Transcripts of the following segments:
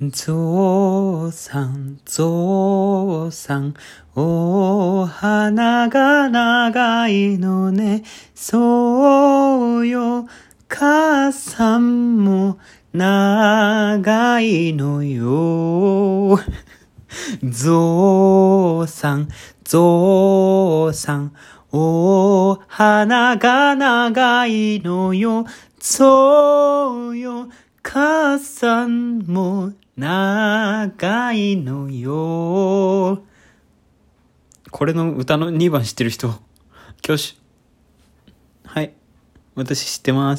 ゾウさん、ゾウさん、お花が長いのね。そうよ、母さんも長いのよ。ゾウさん、ゾウさん、お花が長いのよ。そうよ、母さんも長いのよ。これの歌の2番知ってる人、挙手。はい、私知ってます。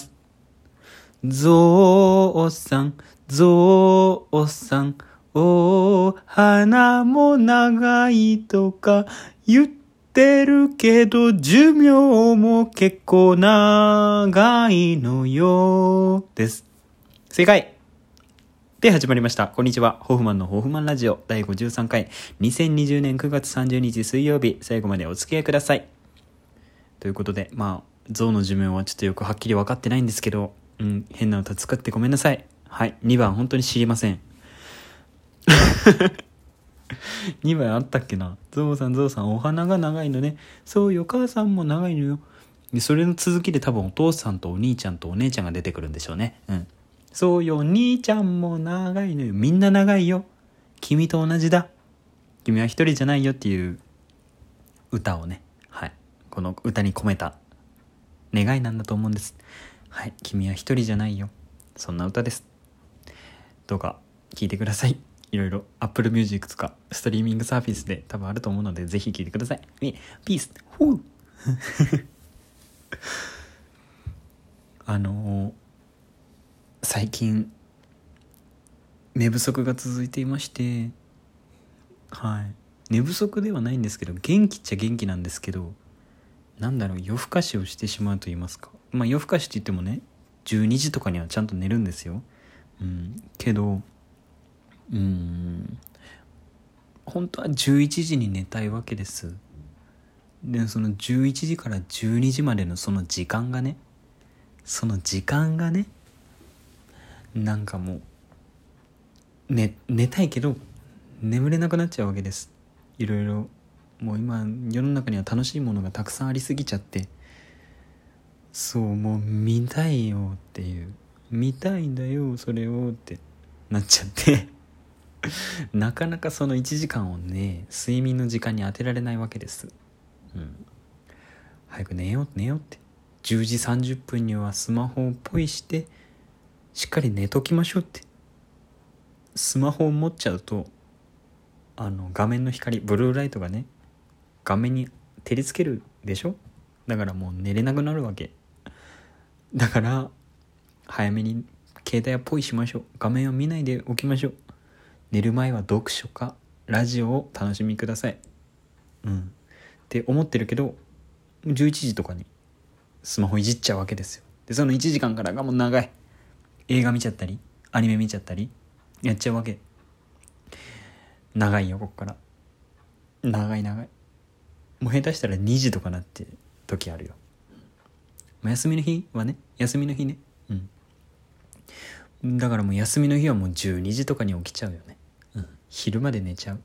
ゾウさん、ゾウさん、お花も長いとか言ってるけど寿命も結構長いのよです。正解で始まりました。こんにちは。ホフマンのホフマンラジオ第53回2020年9月30日水曜日、最後までお付き合いください。ということで、ゾウの寿命はちょっとよくはっきり分かってないんですけど、変な歌作ってごめんなさい。はい、2番本当に知りません。2番あったっけな。ゾウさんゾウさん、お花が長いのね。そうよ、母さんも長いのよ。でそれの続きで多分お父さんとお兄ちゃんとお姉ちゃんが出てくるんでしょうね。そうよ、兄ちゃんも長いのよ。みんな長いよ。君と同じだ。君は一人じゃないよっていう歌をね、はい、この歌に込めた願いなんだと思うんです。はい、君は一人じゃないよ。そんな歌です。どうか聴いてください。いろいろ Apple Music とかストリーミングサービスで多分あると思うので、ぜひ聴いてください。ピース。ほう最近寝不足が続いていまして、寝不足ではないんですけど、元気っちゃ元気なんですけど、夜更かしをしてしまうと言いますか、夜更かしって言ってもね、12時とかにはちゃんと寝るんですよ。けど本当は11時に寝たいわけです。でその11時から12時までのその時間がねもう寝たいけど眠れなくなっちゃうわけです。いろいろもう今世の中には楽しいものがたくさんありすぎちゃって、もう見たいよっていう、見たいんだよそれをってなっちゃってなかなかその1時間をね、睡眠の時間に当てられないわけです。早く寝ようって10時30分にはスマホをポイしてしっかり寝ときましょうって。スマホを持っちゃうと画面の光、ブルーライトがね画面に照りつけるでしょ。だからもう寝れなくなるわけだから、早めに携帯はポイしましょう。画面を見ないでおきましょう。寝る前は読書かラジオを楽しみください。って思ってるけど、11時とかにスマホいじっちゃうわけですよ。でその1時間からがもう長い。映画見ちゃったりアニメ見ちゃったりやっちゃうわけ。長いよ、こっから長い。もう下手したら2時とかなって時あるよ。休みの日ね。だからもう休みの日はもう12時とかに起きちゃうよね。昼まで寝ちゃう。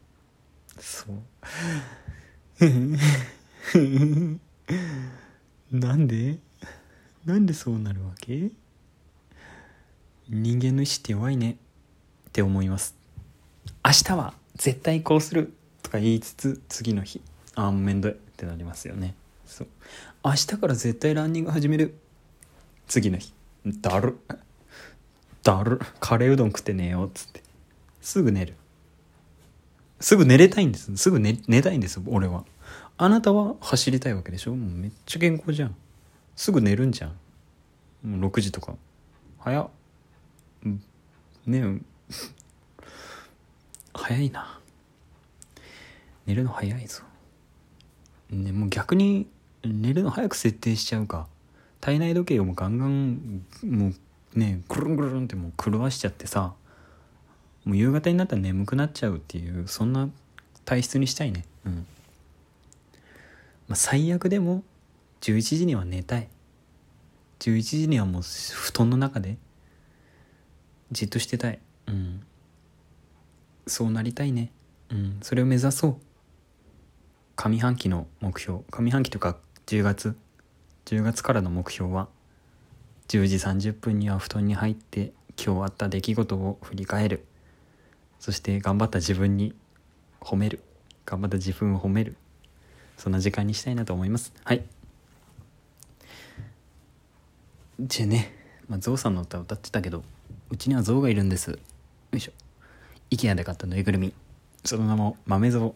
なんでそうなるわけ。人間の意志って弱いねって思います。明日は絶対こうするとか言いつつ、次の日めんどいってなりますよね。明日から絶対ランニング始める、次の日だるカレーうどん食って寝ようっつってすぐ寝る。すぐ寝れたいんです。すぐ寝たいんです。俺は。あなたは走りたいわけでしょ。もうめっちゃ健康じゃん。すぐ寝るんじゃん。もう6時とか早っねえ早いな。寝るの早いぞ。もう逆に寝るの早く設定しちゃうか。体内時計をもうガンガンもうね、ぐるんぐるんってもう狂わしちゃってさ、もう夕方になったら眠くなっちゃうっていう、そんな体質にしたいね。最悪でも11時には寝たい。11時にはもう布団の中でじっとしてたい。 そうなりたいね。それを目指そう。上半期の目標、上半期とか10月からの目標は10時30分には布団に入って今日あった出来事を振り返る。そして頑張った自分に褒める。頑張った自分を褒める。そんな時間にしたいなと思います。はい。じゃあね、ゾウさんの歌を歌ってたけど、うちにはゾウがいるんです。よいしょ。IKEA で買ったぬいぐるみ。その名も豆ゾウ。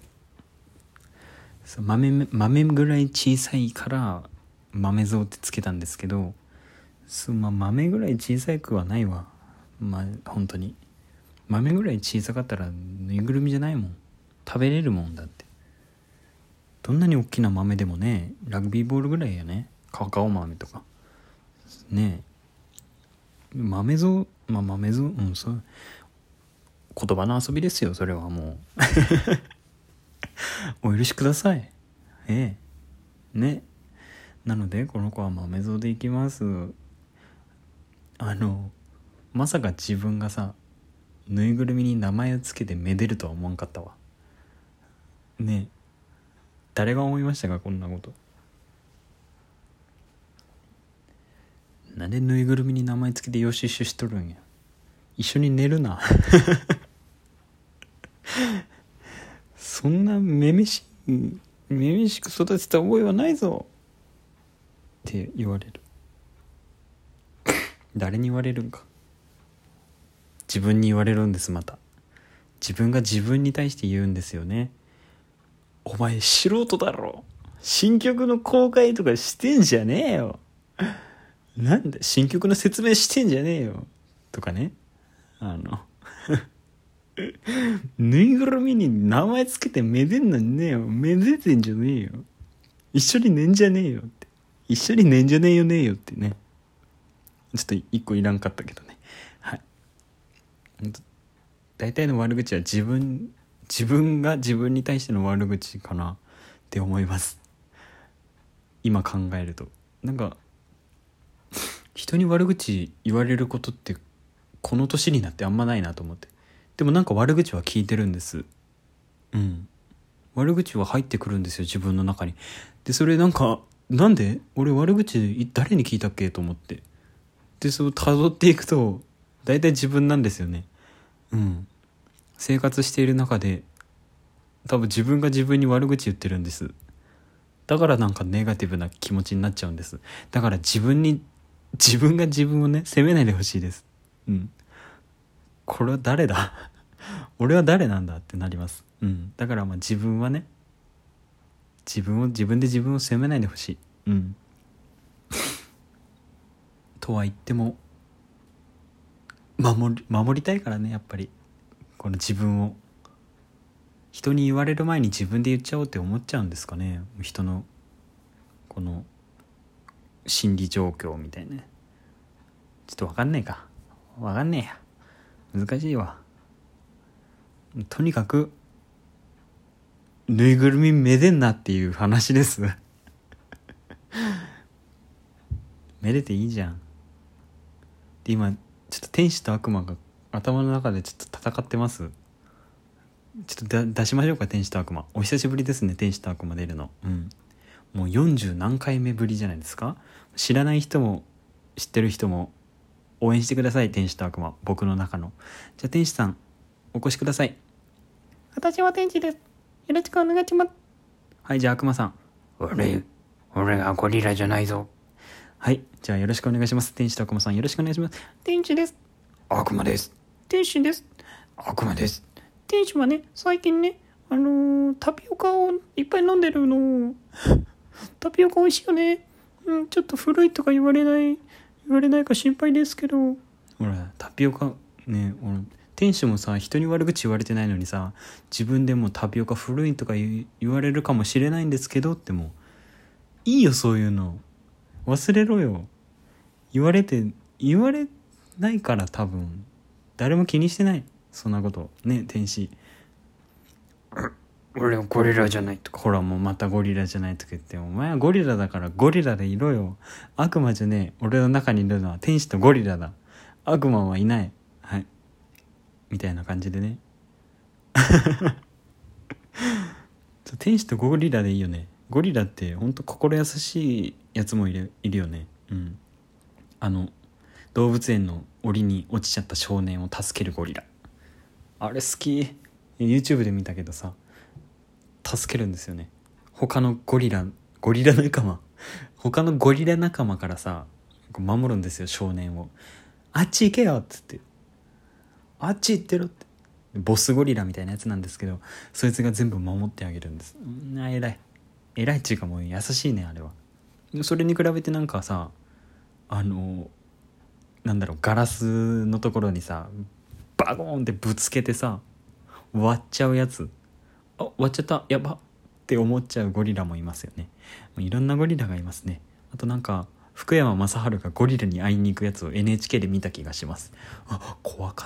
豆ぐらい小さいから豆ゾウってつけたんですけど、豆ぐらい小さくはないわ。本当に豆ぐらい小さかったらぬいぐるみじゃないもん。食べれるもんだって。どんなに大きな豆でもね、ラグビーボールぐらいやね。カカオ豆とかね。豆ゾウ、豆ゾウ、そう言葉の遊びですよ、それはもうお許しください。ね。なのでこの子は豆ゾウでいきます。まさか自分がさ、ぬいぐるみに名前をつけてめでるとは思わんかったわね。誰が思いましたか、こんなこと。なんでぬいぐるみに名前つけてよしししとるんや。一緒に寝るなそんなめめしく育てた覚えはないぞって言われる誰に言われるんか。自分に言われるんです。また自分が自分に対して言うんですよね。お前素人だろ、新曲の公開とかしてんじゃねえよ、なんで新曲の説明してんじゃねえよとかね。ぬいぐるみに名前つけてめでんなんねえよ、めでてんじゃねえよ、一緒に寝んじゃねえよって、一緒に寝んじゃねえよねえよってね。ちょっと一個いらんかったけどね。はい。大体の悪口は自分が自分に対しての悪口かなって思います。今考えるとなんか人に悪口言われることってこの年になってあんまないなと思って。でもなんか悪口は聞いてるんです。悪口は入ってくるんですよ、自分の中に。でそれなんで俺悪口誰に聞いたっけと思って、でそう辿っていくと大体自分なんですよね。生活している中で多分自分が自分に悪口言ってるんです。だからなんかネガティブな気持ちになっちゃうんです。だから自分が自分をね責めないでほしいです。これは誰だ俺は誰なんだってなります。だから自分はね、自分で自分を責めないでほしい。とは言っても守りたいからね、やっぱりこの自分を。人に言われる前に自分で言っちゃおうって思っちゃうんですかね、人のこの心理状況みたいなね。ちょっと分かんねえや、難しいわ。とにかくぬいぐるみめでんなっていう話ですめでていいじゃん。で今ちょっと天使と悪魔が頭の中でちょっと戦ってます。ちょっと出しましょうか、天使と悪魔。お久しぶりですね、天使と悪魔出るの。もう40何回目ぶりじゃないですか。知らない人も知ってる人も応援してください、天使と悪魔、僕の中の。じゃあ天使さんお越しください。 私は天使です。よろしくお願いします。 はい、じゃあ悪魔さん。 俺がゴリラじゃないぞ。 はい、じゃあよろしくお願いします。天使と悪魔さんよろしくお願いします。 天使です。 悪魔です。 天使です。 悪魔です。 天使はね、最近ね、タピオカをいっぱい飲んでるの。タピオカ美味しいよね。ちょっと古いとか言われないか心配ですけど。 ほら、タピオカね、天使もさ、人に悪口言われてないのにさ、自分でもタピオカ古いとか言われるかもしれないんですけどって、もういいよ、そういうの忘れろよ。言われないから、多分誰も気にしてない、そんなことね。天使俺はゴリラじゃないとか。 ほらもうまたゴリラじゃないとか言って、お前はゴリラだからゴリラでいろよ。悪魔じゃねえ。俺の中にいるのは天使とゴリラだ。悪魔はいない。はい、みたいな感じでね、 天使とゴリラでいいよね。ゴリラってほんと心優しいやつもいるよね。動物園の檻に落ちちゃった少年を助けるゴリラ、あれ好き。 YouTube で見たけどさ、助けるんですよね。他のゴリラ仲間他のゴリラ仲間からさ守るんですよ、少年を。あっち行けよっつって、あっち行ってろって。ボスゴリラみたいなやつなんですけど、そいつが全部守ってあげるんです。偉いっていうかもう優しいね、あれは。それに比べてなんかさ、ガラスのところにさバゴーンってぶつけてさ割っちゃうやつ、割っちゃった、やばって思っちゃうゴリラもいますよね。いろんなゴリラがいますね。あとなんか福山雅治がゴリラに会いに行くやつを NHK で見た気がします。怖かった、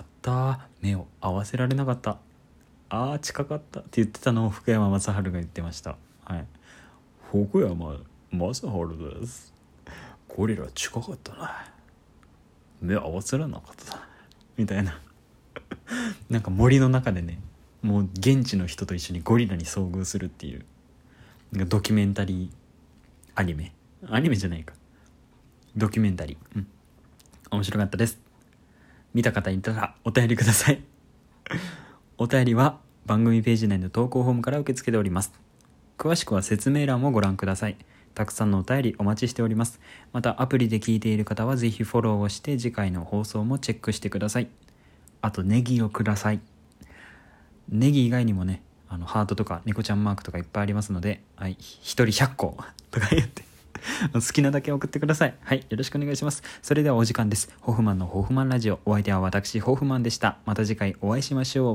目を合わせられなかった、近かったって言ってたのを福山雅治が言ってました。はい、福山雅治です、ゴリラ近かったな、目合わせられなかったみたいななんか森の中でね、もう現地の人と一緒にゴリラに遭遇するっていうなんかドキュメンタリーアニメじゃないか、ドキュメンタリー、面白かったです。見た方いたらお便りくださいお便りは番組ページ内の投稿フォームから受け付けております。詳しくは説明欄をご覧ください。たくさんのお便りお待ちしております。またアプリで聞いている方はぜひフォローをして次回の放送もチェックしてください。あとネギをください。ネギ以外にもね、ハートとか猫ちゃんマークとかいっぱいありますので、はい、1人100個とか言って好きなだけ送ってください。はい、よろしくお願いします。それではお時間です。ホフマンのホフマンラジオ、お相手は私ホフマンでした。また次回お会いしましょう。